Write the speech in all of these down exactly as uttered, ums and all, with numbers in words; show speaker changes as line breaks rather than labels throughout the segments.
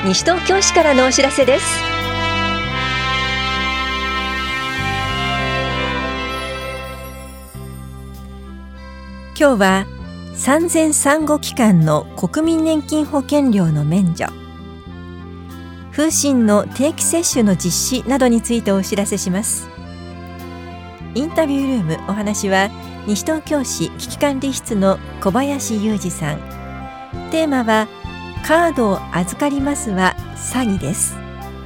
西東京市からのお知らせです。今日は産前産後期間の国民年金保険料の免除、風疹の定期接種の実施などについてお知らせします。インタビュールーム、お話は西東京市危機管理室の小林裕二さん。テーマはカードを預かりますは詐欺です。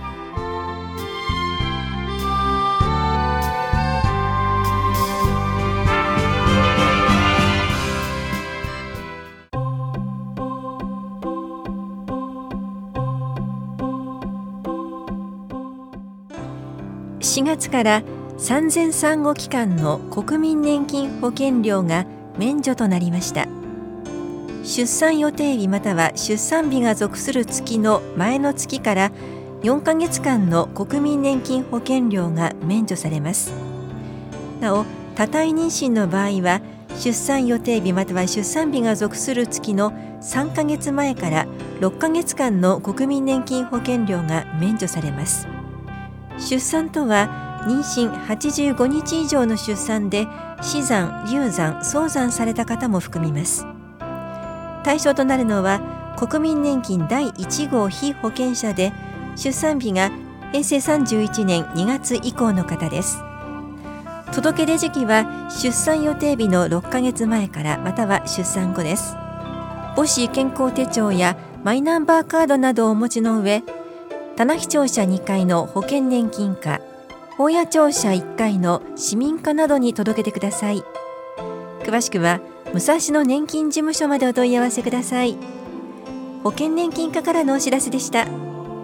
しがつから産前産後期間の国民年金保険料が免除となりました。出産予定日または出産日が属する月の前の月からよんかげつかんの国民年金保険料が免除されます。なお、多胎妊娠の場合は出産予定日または出産日が属する月のさんかげつまえからろっかげつかんの国民年金保険料が免除されます。出産とは妊娠はちじゅうごにち以上の出産で死産、流産、早産された方も含みます。対象となるのは国民年金だいいち号被保険者で出産日がへいせいさんじゅういちねんにがつ以降の方です。届け出時期は出産予定日のろっかげつまえからまたは出産後です。母子健康手帳やマイナンバーカードなどをお持ちの上、棚視庁舎にかいの保険年金課、保谷庁舎いっかいの市民課などに届けてください。詳しくは武蔵野年金事務所までお問い合わせください。保険年金課からのお知らせでした。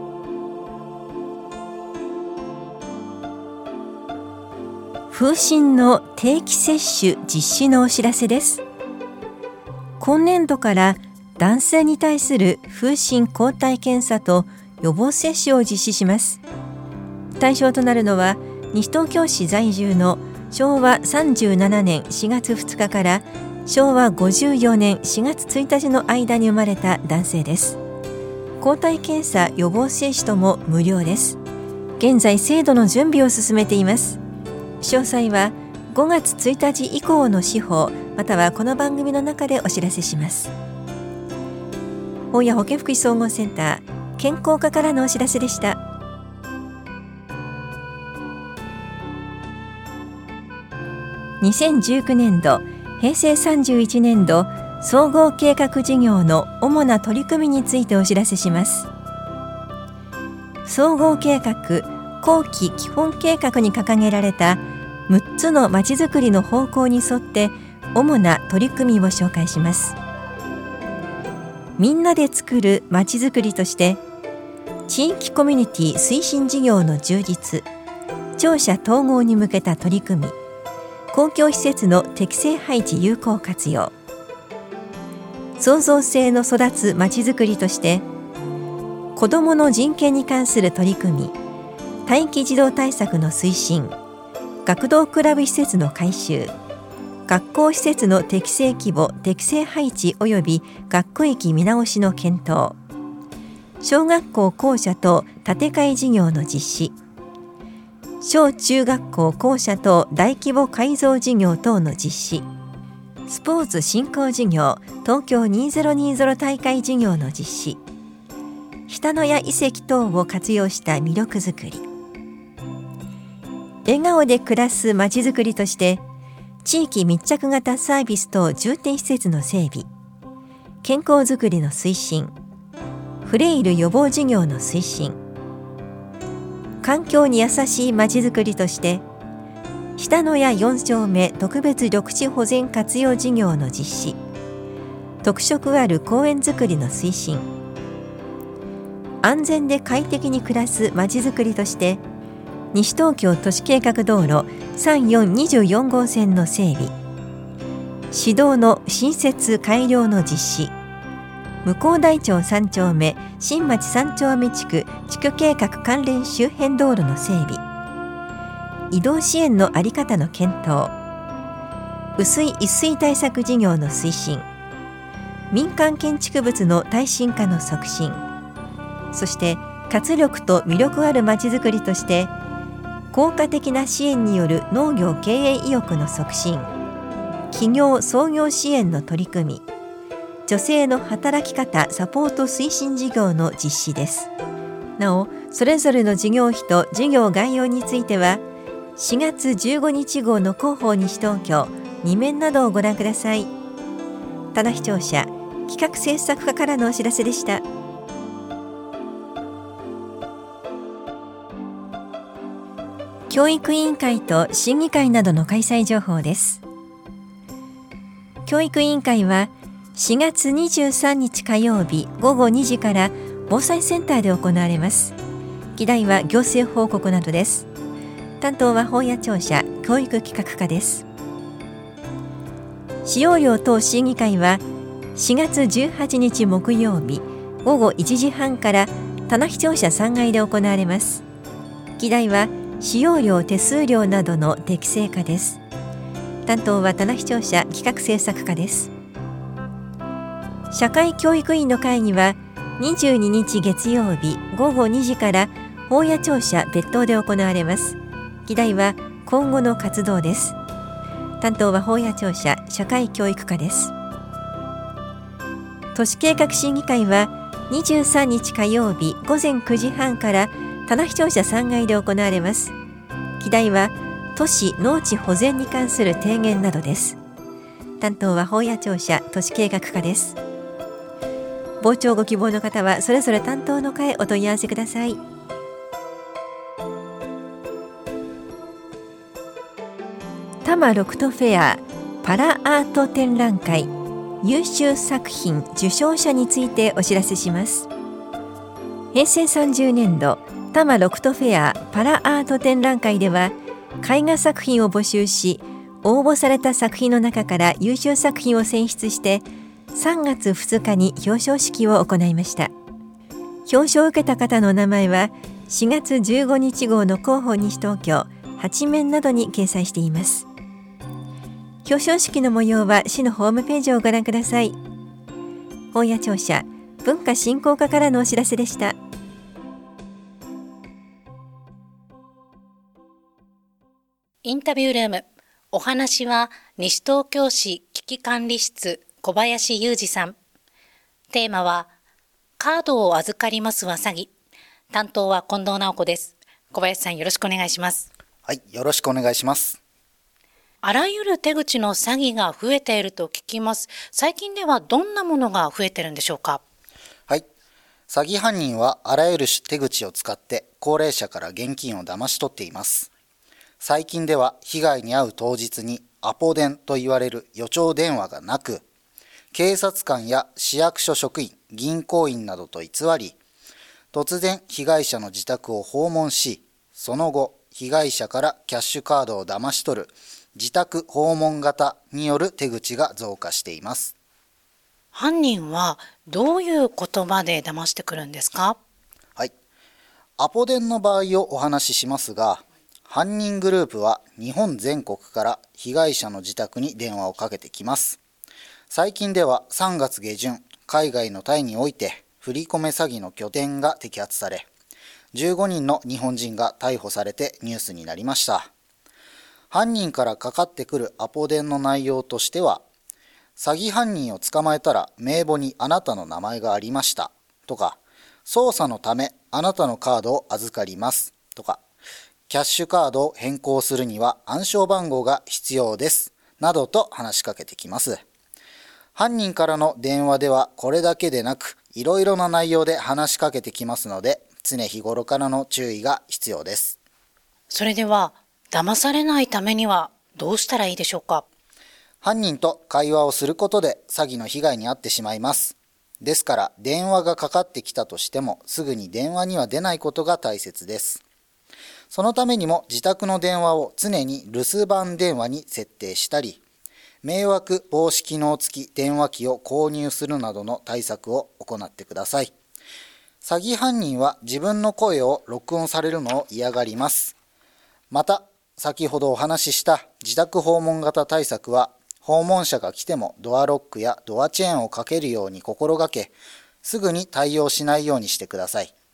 風疹の定期接種実施のお知らせです。今年度から男性に対する風疹抗体検査と予防接種を実施します。対象となるのは西東京市在住のしょうわさんじゅうななねんしがつふつかからしょうわごじゅうよねんしがつついたちの間に生まれた男性です。抗体検査予防接種とも無料です。現在制度の準備を進めています。詳細はごがつついたち以降の司法またはこの番組の中でお知らせします。保谷保健福祉総合センター健康課からのお知らせでした。にせんじゅうきゅうねんどへいせいさんじゅういちねんど総合計画事業の主な取り組みについてお知らせします。総合計画後期基本計画に掲げられたむっつのまちづくりの方向に沿って主な取り組みを紹介します。みんなで作るまちづくりとして地域コミュニティ推進事業の充実、庁舎統合に向けた取り組み、公共施設の適正配置有効活用、創造性の育つまちづくりとして子どもの人権に関する取り組み、待機児童対策の推進、学童クラブ施設の改修、学校施設の適正規模適正配置及び学区域見直しの検討、小学校校舎等建て替え事業の実施、小中学校校舎等大規模改造事業等の実施、スポーツ振興事業東京にせんにじゅう大会事業の実施、下野谷遺跡等を活用した魅力づくり、笑顔で暮らすまちづくりとして地域密着型サービス等重点施設の整備、健康づくりの推進、フレイル予防事業の推進、環境に優しいまちづくりとして下野谷よん丁目特別緑地保全活用事業の実施、特色ある公園づくりの推進、安全で快適に暮らすまちづくりとして西東京都市計画道路さんよんにじゅうよん号線の整備、市道の新設改良の実施、向台町さん丁目新町さん丁目地区地区計画関連周辺道路の整備、移動支援の在り方の検討、雨水一水対策事業の推進、民間建築物の耐震化の促進、 そして活力と魅力あるまちづくりとして、効果的な支援による農業経営意欲の促進、企業創業支援の取り組み、女性の働き方サポート推進事業の実施です。なお、それぞれの事業費と事業概要については、しがつじゅうごにち号の広報西東京に面などをご覧ください。棚視聴者企画制作課からのお知らせでした。教育委員会と審議会などの開催情報です。教育委員会はしがつにじゅうさんにち火曜日ごごにじから防災センターで行われます。議題は行政報告などです。担当は本屋庁舎教育企画課です。使用料等審議会はしがつじゅうはちにち木曜日ごごいちじはんから棚視聴者さんがいで行われます。議題は使用料手数料などの適正化です。担当は棚視聴者企画制作課です。社会教育委員の会議はにじゅうににち月曜日ごごにじから本屋庁舎別当で行われます。議題は今後の活動です。担当は本屋庁舎社会教育課です。都市計画審議会はにじゅうさんにち火曜日ごぜんくじはんから棚視聴者さんがいで行われます。議題は都市農地保全に関する提言などです。担当は本屋庁舎都市計画課です。傍聴ご希望の方はそれぞれ担当の課へお問い合わせください。多摩ロクトフェアパラアート展覧会優秀作品受賞者についてお知らせします。へいせいさんじゅうねんど多摩ロクトフェアパラアート展覧会では、絵画作品を募集し、応募された作品の中から優秀作品を選出してさんがつふつかに表彰式を行いました。表彰を受けた方の名前はしがつじゅうごにち号の広報西東京はち面などに掲載しています。表彰式の模様は市のホームページをご覧ください。本屋庁舎文化振興課からのお知らせでした。
インタビュールーム、お話は西東京市危機管理室小林裕二さん。テーマはカードを預かりますは詐欺。担当は近藤直子です。小林さん、よろしくお願いします。
はい、よろしくお願いします。
あらゆる手口の詐欺が増えていると聞きます。最近ではどんなものが増えているんでしょうか。
はい、詐欺犯人はあらゆる手口を使って高齢者から現金を騙し取っています。最近では被害に遭う当日にアポ電と言われる予兆電話がなく、警察官や市役所職員、銀行員などと偽り、突然被害者の自宅を訪問し、その後被害者からキャッシュカードを騙し取る自宅訪問型による手口が増加しています。
犯人はどういう言葉で騙してくるんですか。
はい、アポ電の場合をお話ししますが、犯人グループは日本全国から被害者の自宅に電話をかけてきます。最近ではさんがつ下旬、海外のタイにおいて振り込め詐欺の拠点が摘発され、じゅうごにんの日本人が逮捕されてニュースになりました。犯人からかかってくるアポ電の内容としては、詐欺犯人を捕まえたら名簿にあなたの名前がありましたとか、捜査のためあなたのカードを預かりますとか、キャッシュカードを変更するには暗証番号が必要ですなどと話しかけてきます。犯人からの電話ではこれだけでなく、いろいろな内容で話しかけてきますので、常日頃からの注意が必要です。
それでは騙されないためにはどうしたらいいでしょうか。
犯人と会話をすることで詐欺の被害に遭ってしまいます。ですから電話がかかってきたとしてもすぐに電話には出ないことが大切です。そのためにも自宅の電話を常に留守番電話に設定したり、迷惑防止機能付き電話機を購入するなどの対策を行ってください。詐欺犯人は自分の声を録音されるのを嫌がります。また、先ほどお話しした自宅訪問型対策は、訪問者が来てもドアロックやドアチェーンをかけるように心がけ、すぐに対応しないようにしてください。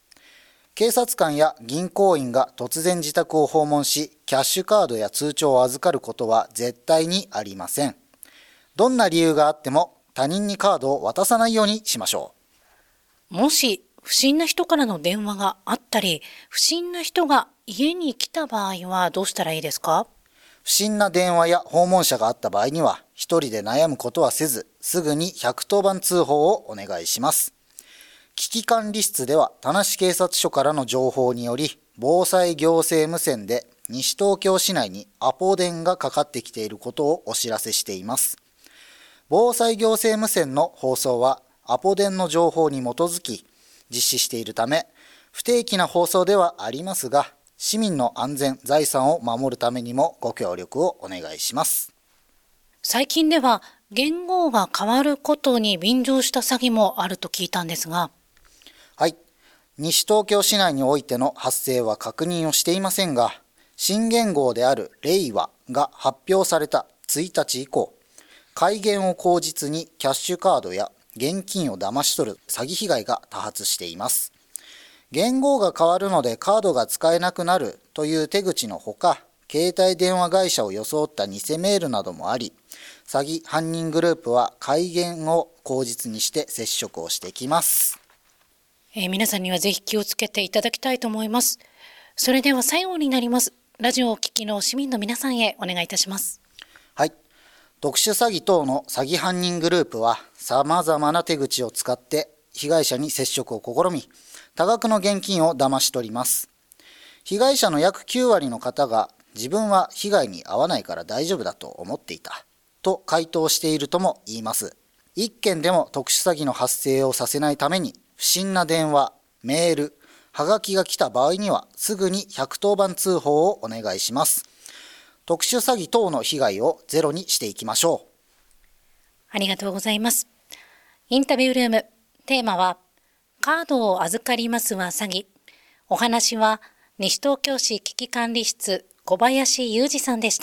警察官や銀行員が突然自宅を訪問し、キャッシュカードや通帳を預かることは絶対にありません。どんな理由があっても他人にカードを渡さないようにしましょ
う。もし不審な人からの電話があったり、不審な人が家に来た場合はどうしたらいいですか？
不審な電話や訪問者があった場合には、一人で悩むことはせず、すぐにひゃくとおばん通報をお願いします。危機管理室では、田無警察署からの情報により、防災行政無線で西東京市内にアポ電がかかってきていることをお知らせしています。防災行政無線の放送は、アポ電の情報に基づき実施しているため、不定期な放送ではありますが、市民の安全・財産を守るためにもご協力をお願いします。
最近では元号が変わることに便乗した詐欺もあると聞いたんですが。
はい。西東京市内においての発生は確認をしていませんが、新元号である令和が発表されたついたち以降、改元を口実にキャッシュカードや現金を騙し取る詐欺被害が多発しています。元号が変わるのでカードが使えなくなるという手口のほか、携帯電話会社を装った偽メールなどもあり、詐欺犯人グループは改元を口実にして接触をしてきます。
えー、皆さんにはぜひ気をつけていただきたいと思います。それでは最後になります。ラジオをお聞きの市民の皆さんへお願いいたします。
はい。特殊詐欺等の詐欺犯人グループは様々な手口を使って被害者に接触を試み、多額の現金を騙し取ります。被害者の約きゅうわりの方が自分は被害に遭わないから大丈夫だと思っていたと回答しているとも言います。一件でも特殊詐欺の発生をさせないために不審な電話、メール、はがきが来た場合にはすぐにひゃくとおばん通報をお願いします。特殊詐欺等の被害をゼロにしていきましょう。
ありがとうございます。インタビュールーム、テーマはカードを預かりますは詐欺。お話は西東京市危機管理室小林裕二さんでした。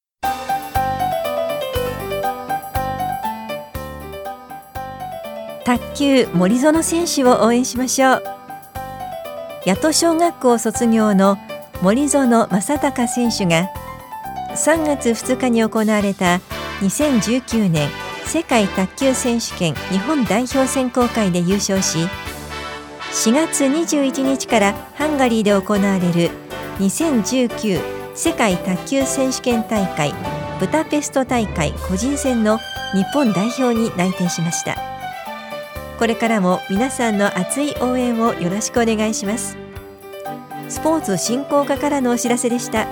卓球森園選手を応援しましょう。八戸小学校卒業の森園正孝選手がさんがつふつかに行われたにせんじゅうきゅうねん世界卓球選手権日本代表選考会で優勝し、しがつにじゅういちにちからハンガリーで行われるにせんじゅうきゅう世界卓球選手権大会ブダペスト大会個人戦の日本代表に内定しました。これからも皆さんの熱い応援をよろしくお願いします。スポーツ振興課からのお知らせでした。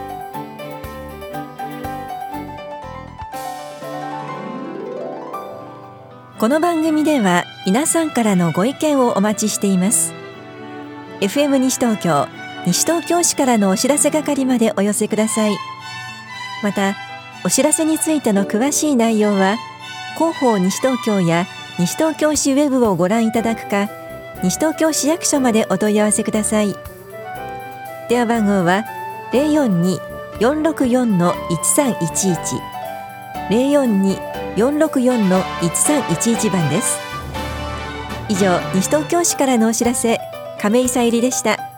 この番組では皆さんからのご意見をお待ちしています。 エフエム 西東京西東京市からのお知らせ係までお寄せください。またお知らせについての詳しい内容は広報西東京や西東京市ウェブをご覧いただくか、西東京市役所までお問い合わせください。電話番号は ゼロよんに よんろくよん いちさんいちいち ゼロよんに よんろくよん いちさんいちいち 番です。以上、西東京市からのお知らせ、亀井さゆりでした。